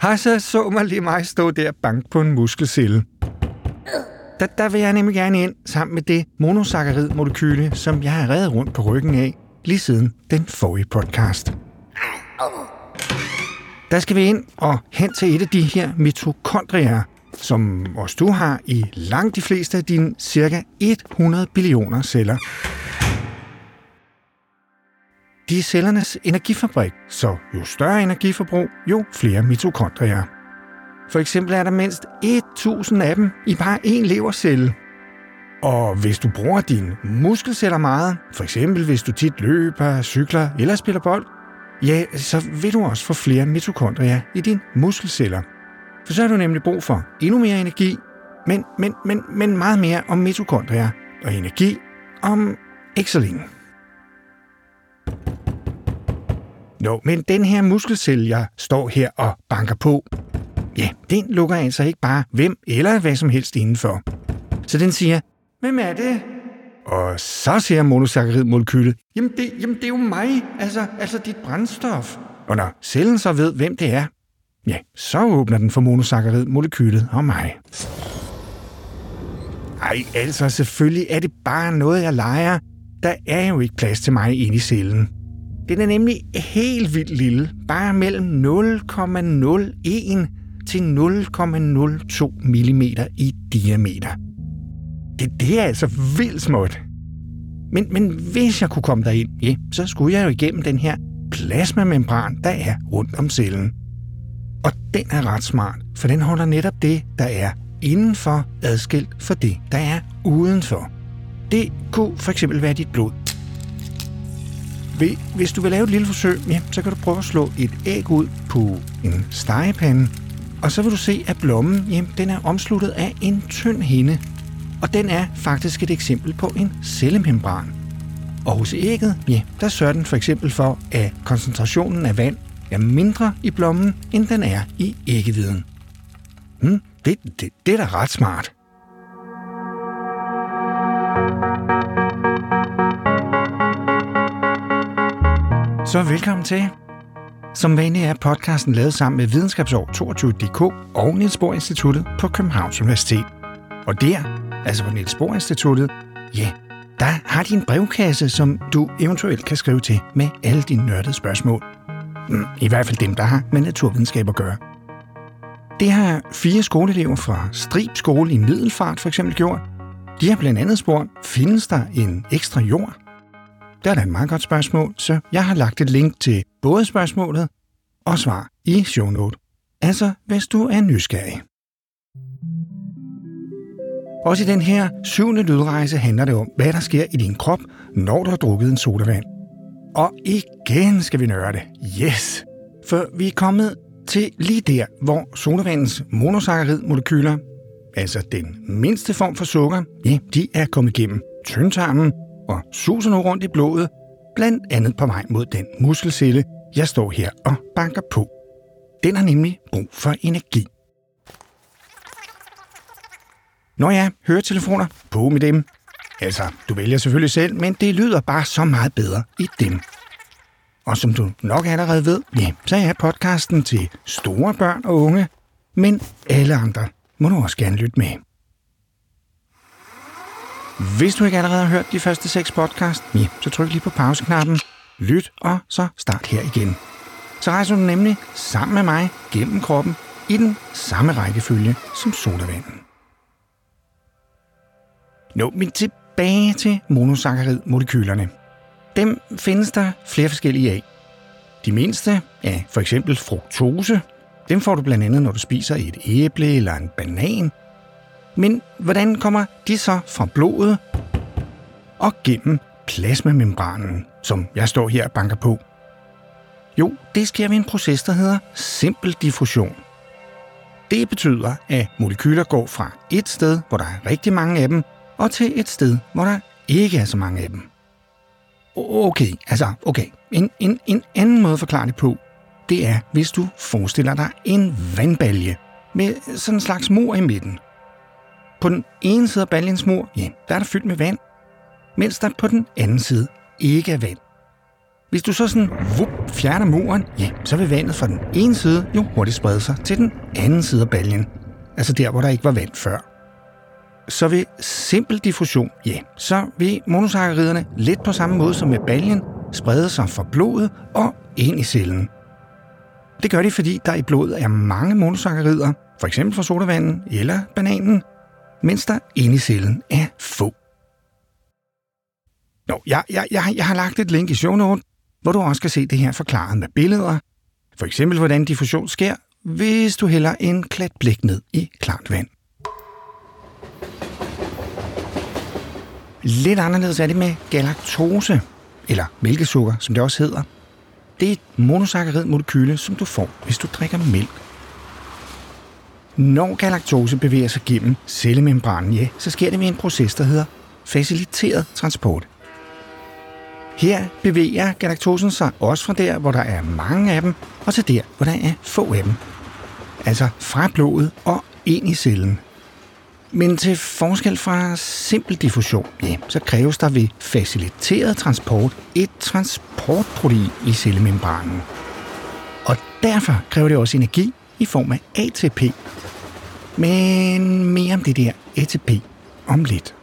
Så mig lige mig stå der og banke på en muskelcelle. Der vil jeg nemlig gerne ind sammen med det monosaccharidmolekyle, som jeg har reddet rundt på ryggen af, lige siden den forrige podcast. Der skal vi ind og hen til et af de her mitokondrier, som også du har i langt de fleste af dine cirka 100 billioner celler. De er cellernes energifabrik, så jo større energiforbrug, jo flere mitokondrier. For eksempel er der mindst 1000 af dem i bare én levercelle. Og hvis du bruger dine muskelceller meget, for eksempel hvis du tit løber, cykler eller spiller bold, ja, så vil du også få flere mitokondrier i dine muskelceller. For så har du nemlig brug for endnu mere energi, men meget mere om mitokondrier og energi om ikke så længe. Men den her muskelcelle, jeg står her og banker på, ja, den lukker altså ikke bare hvem eller hvad som helst indenfor. Så den siger, hvem er det? Og så siger monosaccharidmolekylet, jamen det er jo mig, altså dit brændstof. Og når cellen så ved, hvem det er, ja, så åbner den for monosaccharidmolekylet og mig. Ej, altså selvfølgelig er det bare noget, jeg leger. Der er jo ikke plads til mig inde i cellen. Den er nemlig helt vildt lille, bare mellem 0,01 til 0,02 mm i diameter. Det er altså vildt småt. Men hvis jeg kunne komme derind, ja, så skulle jeg jo igennem den her plasmamembran, der er rundt om cellen. Og den er ret smart, for den holder netop det, der er indenfor, adskilt for det, der er udenfor. Det kunne for eksempel være dit blod. Hvis du vil lave et lille forsøg, ja, så kan du prøve at slå et æg ud på en stegepande, og så vil du se, at blommen, ja, den er omsluttet af en tynd hinde. Og den er faktisk et eksempel på en cellemembran. Og hos ægget, ja, der sørger den for eksempel for, at koncentrationen af vand er mindre i blommen, end den er i æggehviden. Det er da ret smart. Så velkommen til. Som vanligt er podcasten lavet sammen med Videnskabsår 22.dk og Niels Bohr Instituttet på Københavns Universitet. Og der, altså på Niels Bohr Instituttet, ja, der har de en brevkasse, som du eventuelt kan skrive til med alle dine nørdede spørgsmål. I hvert fald dem, der har med naturvidenskab at gøre. Det har 4 skoleelever fra Strib Skole i Middelfart for eksempel gjort. De har blandt andet spurgt, findes der en ekstra jord? Der er da et meget godt spørgsmål, så jeg har lagt et link til både spørgsmålet og svar i shownote. Altså, hvis du er nysgerrig. Også i den her 7. lydrejse handler det om, hvad der sker i din krop, når du har drukket en sodavand. Og igen skal vi nørde det. Yes! For vi er kommet til lige der, hvor sodavandens monosaccharidmolekyler, altså den mindste form for sukker, ja, de er kommet igennem tyndtarmen og suser nu rundt i blodet, blandt andet på vej mod den muskelcelle, jeg står her og banker på. Den har nemlig brug for energi. Nå ja, høretelefoner, på med dem. Altså, du vælger selvfølgelig selv, men det lyder bare så meget bedre i dem. Og som du nok allerede ved, ja, så er podcasten til store børn og unge, men alle andre må du også gerne lytte med. Hvis du ikke allerede har hørt de første 6 podcast, ja, så tryk lige på pauseknappen, lyt og så start her igen. Så rejser du nemlig sammen med mig gennem kroppen i den samme rækkefølge som sodavanden. Men tilbage til monosaccharidmolekylerne. Dem findes der flere forskellige af. De mindste er for eksempel fruktose. Dem får du blandt andet, når du spiser et æble eller en banan. Men hvordan kommer de så fra blodet og gennem plasmamembranen, som jeg står her og banker på? Jo, det sker ved en proces, der hedder simpel diffusion. Det betyder, at molekyler går fra et sted, hvor der er rigtig mange af dem, og til et sted, hvor der ikke er så mange af dem. Okay. En anden måde at forklare det på, det er, hvis du forestiller dig en vandbalje med sådan en slags mur i midten. På den ene side af baljens mur, ja, der er der fyldt med vand, mens der på den anden side ikke er vand. Hvis du så sådan fjerner muren, så vil vandet fra den ene side jo hurtigt sprede sig til den anden side af baljen. Altså der, hvor der ikke var vand før. Så ved simpel diffusion, så vil monosacchariderne lidt på samme måde som med baljen sprede sig fra blodet og ind i cellen. Det gør de, fordi der i blodet er mange monosaccarider, for eksempel fra sodavanden eller bananen, mens der inde i cellen er få. Jeg har lagt et link i shownote, hvor du også kan se det her forklaret med billeder. For eksempel, hvordan diffusion sker, hvis du hælder en klat blæk ned i klart vand. Lidt anderledes er det med galaktose, eller mælkesukker, som det også hedder. Det er et monosaccharidmolekyle, som du får, hvis du drikker mælk. Når galaktose bevæger sig gennem cellemembranen, så sker det ved en proces, der hedder faciliteret transport. Her bevæger galaktosen sig også fra der, hvor der er mange af dem, og til der, hvor der er få af dem. Altså fra blodet og ind i cellen. Men til forskel fra simpel diffusion, så kræves der ved faciliteret transport et transportprotein i cellemembranen. Og derfor kræver det også energi i form af ATP. Men mere om det der ATP om lidt.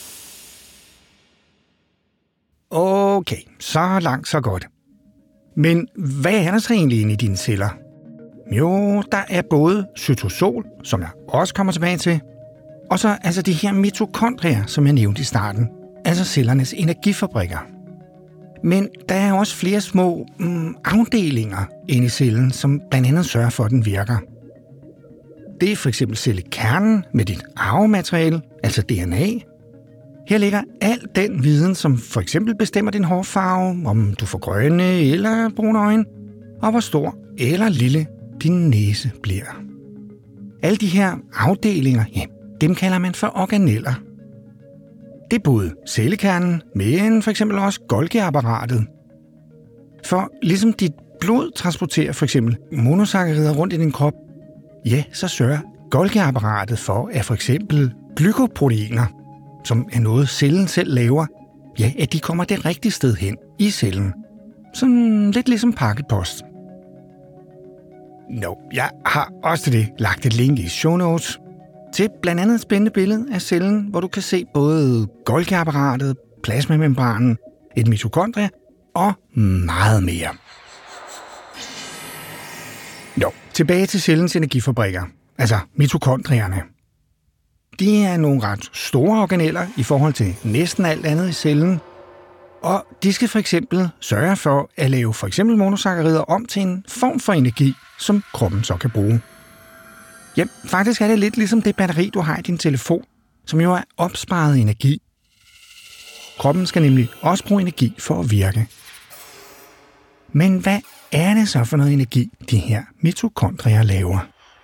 Okay, så langt så godt. Men hvad er der så egentlig inde i dine celler? Jo, der er både cytosol, som jeg også kommer tilbage til, og så altså de her mitokondrier, som jeg nævnte i starten, altså cellernes energifabrikker. Men der er også flere små afdelinger inde i cellen, som blandt andet sørger for, at den virker. Det er for eksempel cellekernen med dit arvemateriale, altså DNA. Her ligger al den viden, som for eksempel bestemmer din hårfarve, om du får grønne eller brune øjne, og hvor stor eller lille din næse bliver. Alle de her afdelinger, dem kalder man for organeller. Det er både cellekernen, men for eksempel også Golgi-apparatet. For ligesom dit blod transporterer for eksempel monosaccarider rundt i din krop, så sørger Golgi-apparatet for, at for eksempel glykoproteiner, som er noget cellen selv laver, at de kommer det rigtige sted hen i cellen. Sådan lidt ligesom pakkepost. Jeg har også til det lagt et link i show notes til blandt andet et spændende billede af cellen, hvor du kan se både Golgi-apparatet, plasmamembranen, et mitokondrie og meget mere. Tilbage til cellens energifabrikker, altså mitokondrierne. De er nogle ret store organeller i forhold til næsten alt andet i cellen, og de skal for eksempel sørge for at lave for eksempel monosaccarider om til en form for energi, som kroppen så kan bruge. Faktisk er det lidt ligesom det batteri, du har i din telefon, som jo er opsparet energi. Kroppen skal nemlig også bruge energi for at virke. Men hvad er det så for noget energi, de her mitokondrier laver?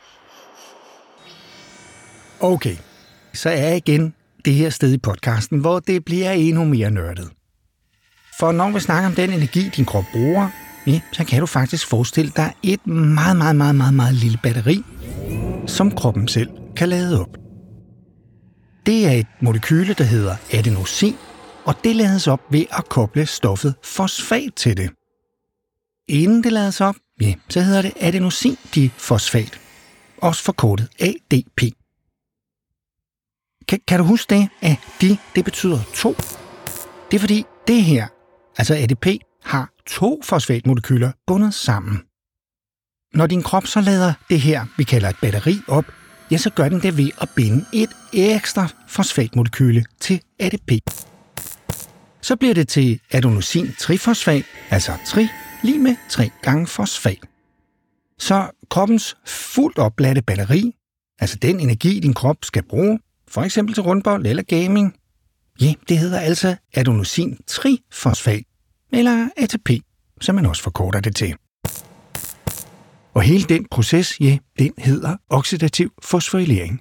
Okay, så er jeg igen det her sted i podcasten, hvor det bliver endnu mere nørdet. For når vi snakker om den energi, din krop bruger, så kan du faktisk forestille dig et meget lille batteri, som kroppen selv kan lade op. Det er et molekyle, der hedder adenosin, og det lades op ved at koble stoffet fosfat til det. Inden det lades op, så hedder det adenosindifosfat, også forkortet ADP. Kan du huske det, at det betyder 2? Det er fordi det her, altså ADP, har 2 fosfatmolekyler bundet sammen. Når din krop så lader det her, vi kalder et batteri, op, så gør den det ved at binde et ekstra fosfatmolekyle til ADP. Så bliver det til adenosin-trifosfat, altså tri lig med 3 gange fosfat. Så kroppens fuldt opladte batteri, altså den energi, din krop skal bruge, for eksempel til rundbold eller gaming, det hedder altså adenosin-trifosfat, eller ATP, som man også forkorter det til. Og hele den proces, den hedder oxidativ fosforylering.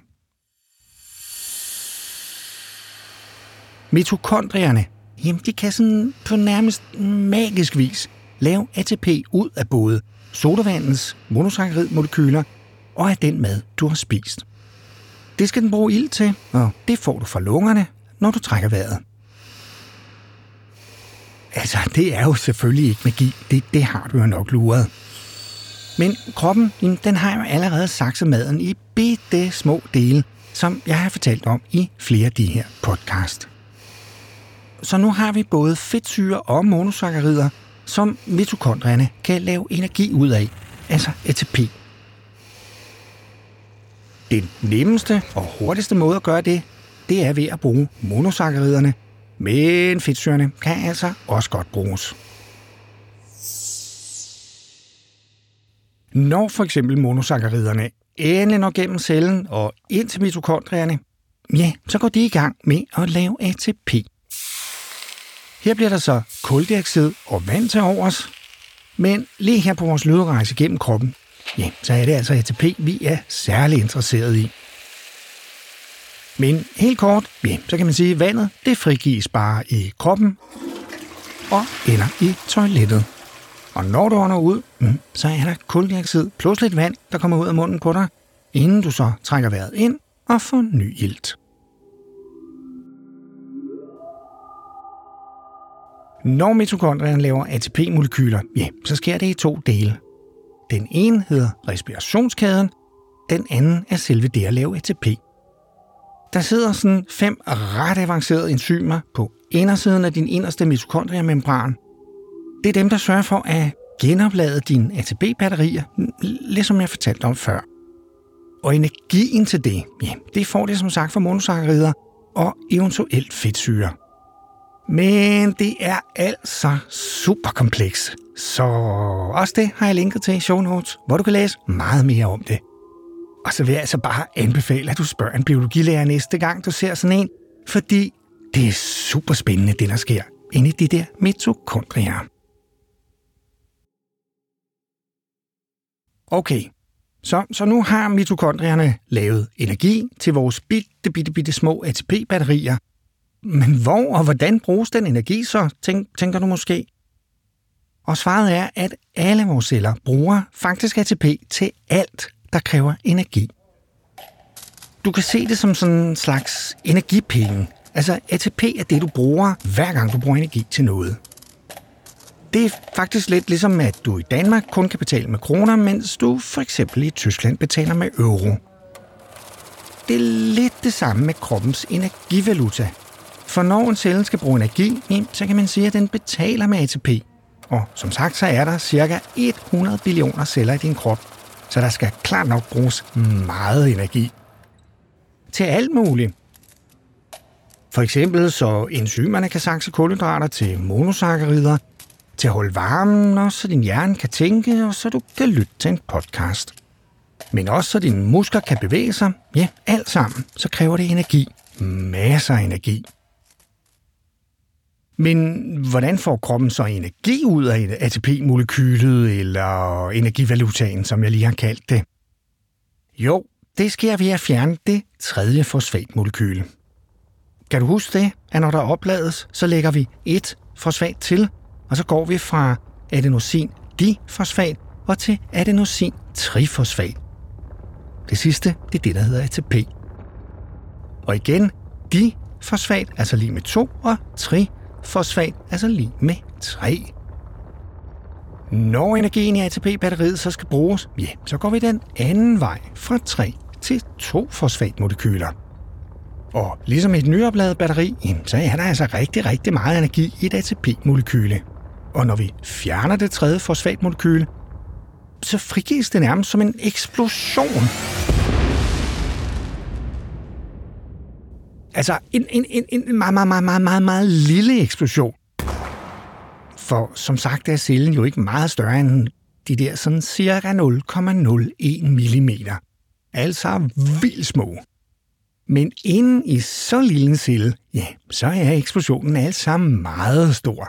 Mitokondrierne, de kan sådan på nærmest magisk vis lave ATP ud af både sodavandens monosaccharidmolekyler og af den mad, du har spist. Det skal den bruge ilt til, og det får du fra lungerne, når du trækker vejret. altså, det er jo selvfølgelig ikke magi. Det har du jo nok luret. Men kroppen, den har jo allerede sakset maden i bitte små dele, som jeg har fortalt om i flere af de her podcast. Så nu har vi både fedtsyre og monosakkarider, som mitokondrierne kan lave energi ud af, altså ATP. Den nemmeste og hurtigste måde at gøre det er ved at bruge monosakkariderne, men fedtsyrene kan altså også godt bruges. Når for eksempel monosakkariderne endelig når gennem cellen og ind til mitokondrierne, ja, så går de i gang med at lave ATP. Her bliver der så kuldioxid og vand til overs, men lige her på vores lydrejse gennem kroppen, ja, så er det altså ATP, vi er særlig interesseret i. Men helt kort, ja, så kan man sige, at vandet det frigives bare i kroppen og ender i toilettet. Og når du ånder ud, så er der kuldioxid plus lidt vand, der kommer ud af munden på dig, inden du så trækker vejret ind og får ny ilt. Når mitokondrierne laver ATP-molekyler, ja, så sker det i 2 dele. Den ene hedder respirationskæden, den anden er selve det at lave ATP. Der sidder sådan 5 ret avancerede enzymer på indersiden af din inderste mitokondriemembran. Det er dem, der sørger for at genoplade dine ATP-batterier, ligesom jeg fortalte om før. Og energien til det, ja, det får det som sagt fra monosakkarider og eventuelt fedtsyre. Men det er altså super kompleks. Så også det har jeg linket til i show notes, hvor du kan læse meget mere om det. Og så vil jeg altså bare anbefale, at du spørger en biologilærer næste gang, du ser sådan en, fordi det er super spændende, det der sker inde i de der mitokondrier. Okay, så nu har mitokondrierne lavet energi til vores bitte små ATP-batterier. Men hvor og hvordan bruges den energi så, tænker du måske? Og svaret er, at alle vores celler bruger faktisk ATP til alt, der kræver energi. Du kan se det som sådan en slags energipenge. Altså ATP er det, du bruger, hver gang du bruger energi til noget. Det er faktisk lidt ligesom, at du i Danmark kun kan betale med kroner, mens du for eksempel i Tyskland betaler med euro. Det er lidt det samme med kroppens energivaluta. For når en celle skal bruge energi, så kan man sige, at den betaler med ATP. Og som sagt, så er der ca. 100 billioner celler i din krop, så der skal klart nok bruges meget energi. Til alt muligt. For eksempel så enzymerne kan sakse kulhydrater til monosakkarider, til at holde varmen, og så din hjerne kan tænke, og så du kan lytte til en podcast. Men også så dine muskler kan bevæge sig, ja, alt sammen, så kræver det energi. Masser af energi. Men hvordan får kroppen så energi ud af ATP-molekylet, eller energivalutaen, som jeg lige har kaldt det? Jo, det sker ved at fjerne det 3. fosfatmolekyle. Kan du huske det, at når der oplades, så lægger vi et fosfat til, og så går vi fra adenosin-difosfat og til adenosin-trifosfat. Det sidste, det er det, der hedder ATP. Og igen, difosfat, altså lig med 2, og trifosfat, altså lig med 3. Når energien i ATP-batteriet så skal bruges, ja, så går vi den anden vej fra 3 til 2 fosfatmolekyler. Og ligesom et nyopladet batteri, så er der altså rigtig meget energi i et ATP-molekyle. Og når vi fjerner det 3. fosfatmolekyle, så frigives det nærmest som en eksplosion. Altså en meget lille eksplosion. For som sagt er cellen jo ikke meget større end de der sådan cirka 0,01 millimeter. Altså vildt små. Men inde i så lille en celle, ja, så er eksplosionen altså meget stor.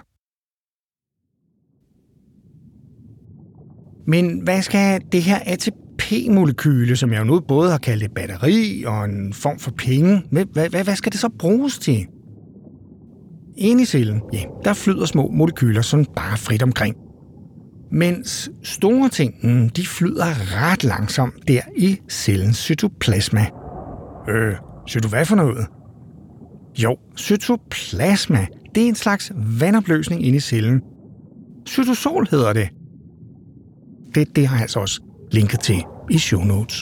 Men hvad skal det her ATP-molekyle, som jeg jo nu både har kaldt et batteri og en form for penge, hvad skal det så bruges til? Inde i cellen, ja, der flyder små molekyler sådan bare frit omkring. Mens store ting, de flyder ret langsomt der i cellens cytoplasma. Hvad for noget? Jo, cytoplasma, det er en slags vandopløsning inde i cellen. Cytosol hedder det. Det har jeg altså også linket til i show notes.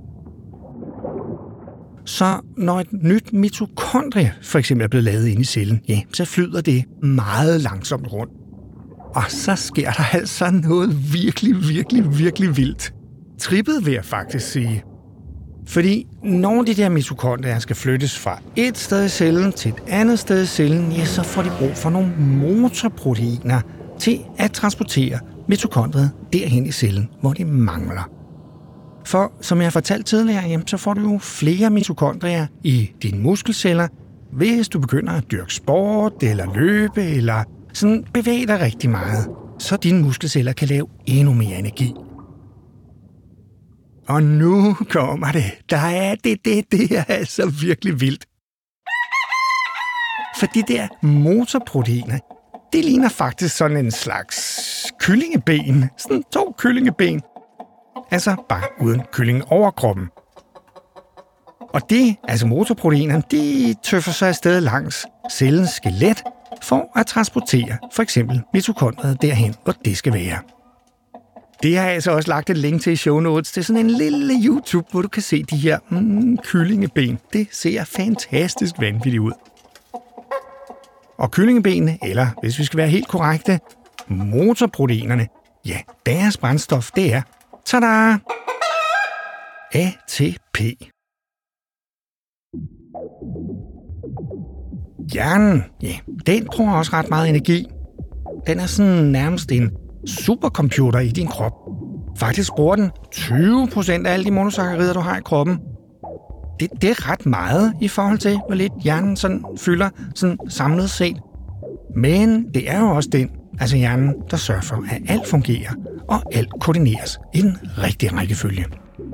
Så når et nyt mitokondrie for eksempel er blevet lavet inde i cellen, så flyder det meget langsomt rundt. Og så sker der altså noget virkelig vildt. Trippet vil jeg faktisk sige. Fordi når de der mitokondrier skal flyttes fra et sted i cellen til et andet sted i cellen, så får de brug for nogle motorproteiner til at transportere mitokondriet derhen i cellen, hvor de mangler. For som jeg har fortalt tidligere, så får du jo flere mitokondrier i dine muskelceller, hvis du begynder at dyrke sport eller løbe eller sådan bevæge dig rigtig meget, så dine muskelceller kan lave endnu mere energi. Og nu kommer det. Det er altså virkelig vildt. For de der motorproteiner, det ligner faktisk sådan en slags kyllingeben. Sådan 2 kyllingeben. Altså bare uden kylling over kroppen. Og motorproteinerne, de tøffer sig afsted langs cellens skelet for at transportere for eksempel mitokondriet derhen, hvor det skal være. Det har jeg altså også lagt et link til i show notes. Det er sådan en lille YouTube, hvor du kan se de her kyllingeben. Det ser fantastisk vanvittigt ud. Og kyllingebenene, eller hvis vi skal være helt korrekte, motorproteinerne, deres brændstof, det er, tada! ATP. Hjernen, den bruger også ret meget energi. Den er sådan nærmest en supercomputer i din krop. Faktisk bruger den 20% af alle de monosakkarider, du har i kroppen. Det er ret meget i forhold til, hvor lidt hjernen sådan fylder sådan samlet set. Men det er jo også den, altså hjernen, der sørger for, at alt fungerer, og alt koordineres i den rigtige rækkefølge.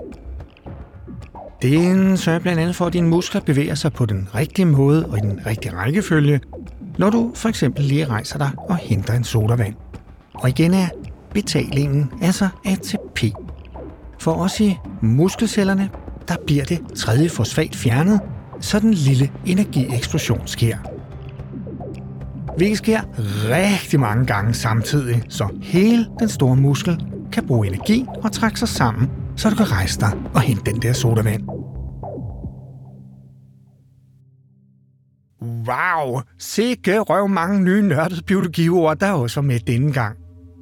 Den sørger blandt andet for, at dine muskler bevæger sig på den rigtige måde og i den rigtige rækkefølge, når du for eksempel lige rejser dig og henter en sodavand. Og igen er betalingen altså ATP. For os i muskelcellerne, der bliver det tredje fosfat fjernet, så den lille energieksplosion sker. Hvilket sker rigtig mange gange samtidig, så hele den store muskel kan bruge energi og trække sig sammen, så du kan rejse dig og hente den der sodavand. Wow! Sikke røv mange nye nørdede biologiord, der også var med denne gang.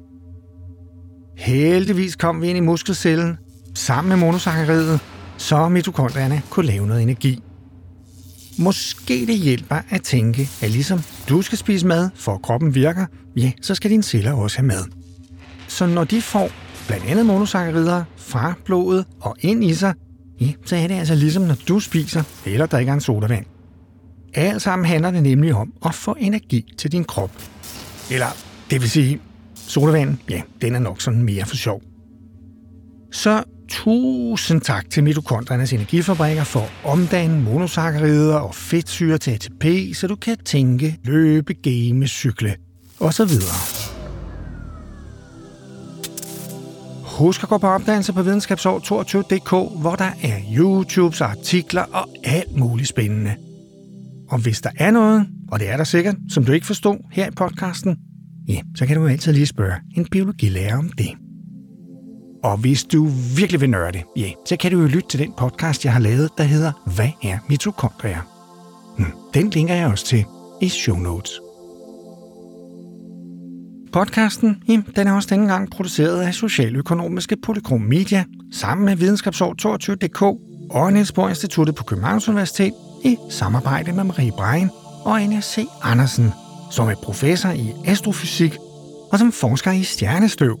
Heldigvis kom vi ind i muskelcellen sammen med monosakkaridet, så mitokondrierne kunne lave noget energi. Måske det hjælper at tænke, at ligesom du skal spise mad, for at kroppen virker, så skal dine celler også have mad. Så når de får blandt andet monosakkarider fra blodet og ind i sig, så er det altså ligesom når du spiser eller drikker en sodavand. Alt sammen handler det nemlig om at få energi til din krop. Eller det vil sige, sodavanden, den er nok sådan mere for sjov. Så tusind tak til mitokondriernes energifabrikker for at omdanne monosakkarider og fedtsyre til ATP, så du kan tænke, løbe, game, cykle osv. Husk at gå på opdagelse på videnskabsår22.dk, hvor der er YouTubes, artikler og alt muligt spændende. Og hvis der er noget, og det er der sikkert, som du ikke forstod her i podcasten, så kan du altid lige spørge en biologilærer om det. Og hvis du virkelig vil nørde, så kan du jo lytte til den podcast, jeg har lavet, der hedder Hvad er mitokondrier? Den linker jeg også til i show notes. Podcasten, den er også denne gang produceret af Socialøkonomiske Polychrom Media, sammen med videnskabsår22.dk og Niels Bohr Instituttet på Københavns Universitet i samarbejde med Marie Brein og N.C. Andersen, som er professor i astrofysik og som forsker i stjernestøv.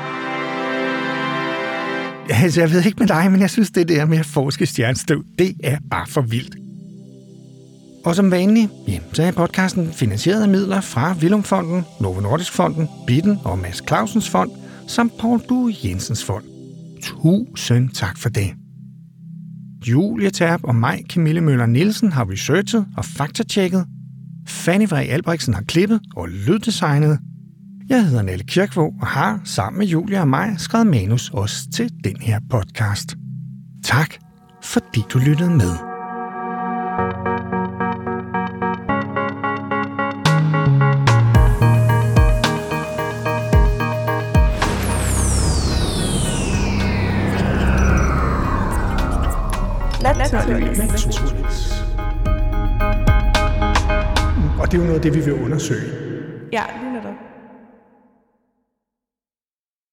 Altså, jeg ved ikke med dig, men jeg synes, det der med at forske stjernestøv, det er bare for vildt. Og som vanligt, så er podcasten finansieret af midler fra Villum-fonden, Novo Nordisk Fonden, Bitten og Mads Clausens Fond, samt Poul Due Jensens Fond. Tusind tak for det. Julie Terp og mig, Camille Møller Nielsen, har researchet og faktatjekket. Fanny Vre Albrechtsen har klippet og lyddesignet. Jeg hedder Nelle Kirkvåg og har sammen med Julia og mig skrevet manus også til den her podcast. Tak, fordi du lyttede med. Naturligvis. Og det er jo noget af det, vi vil undersøge. Ja, lige netop.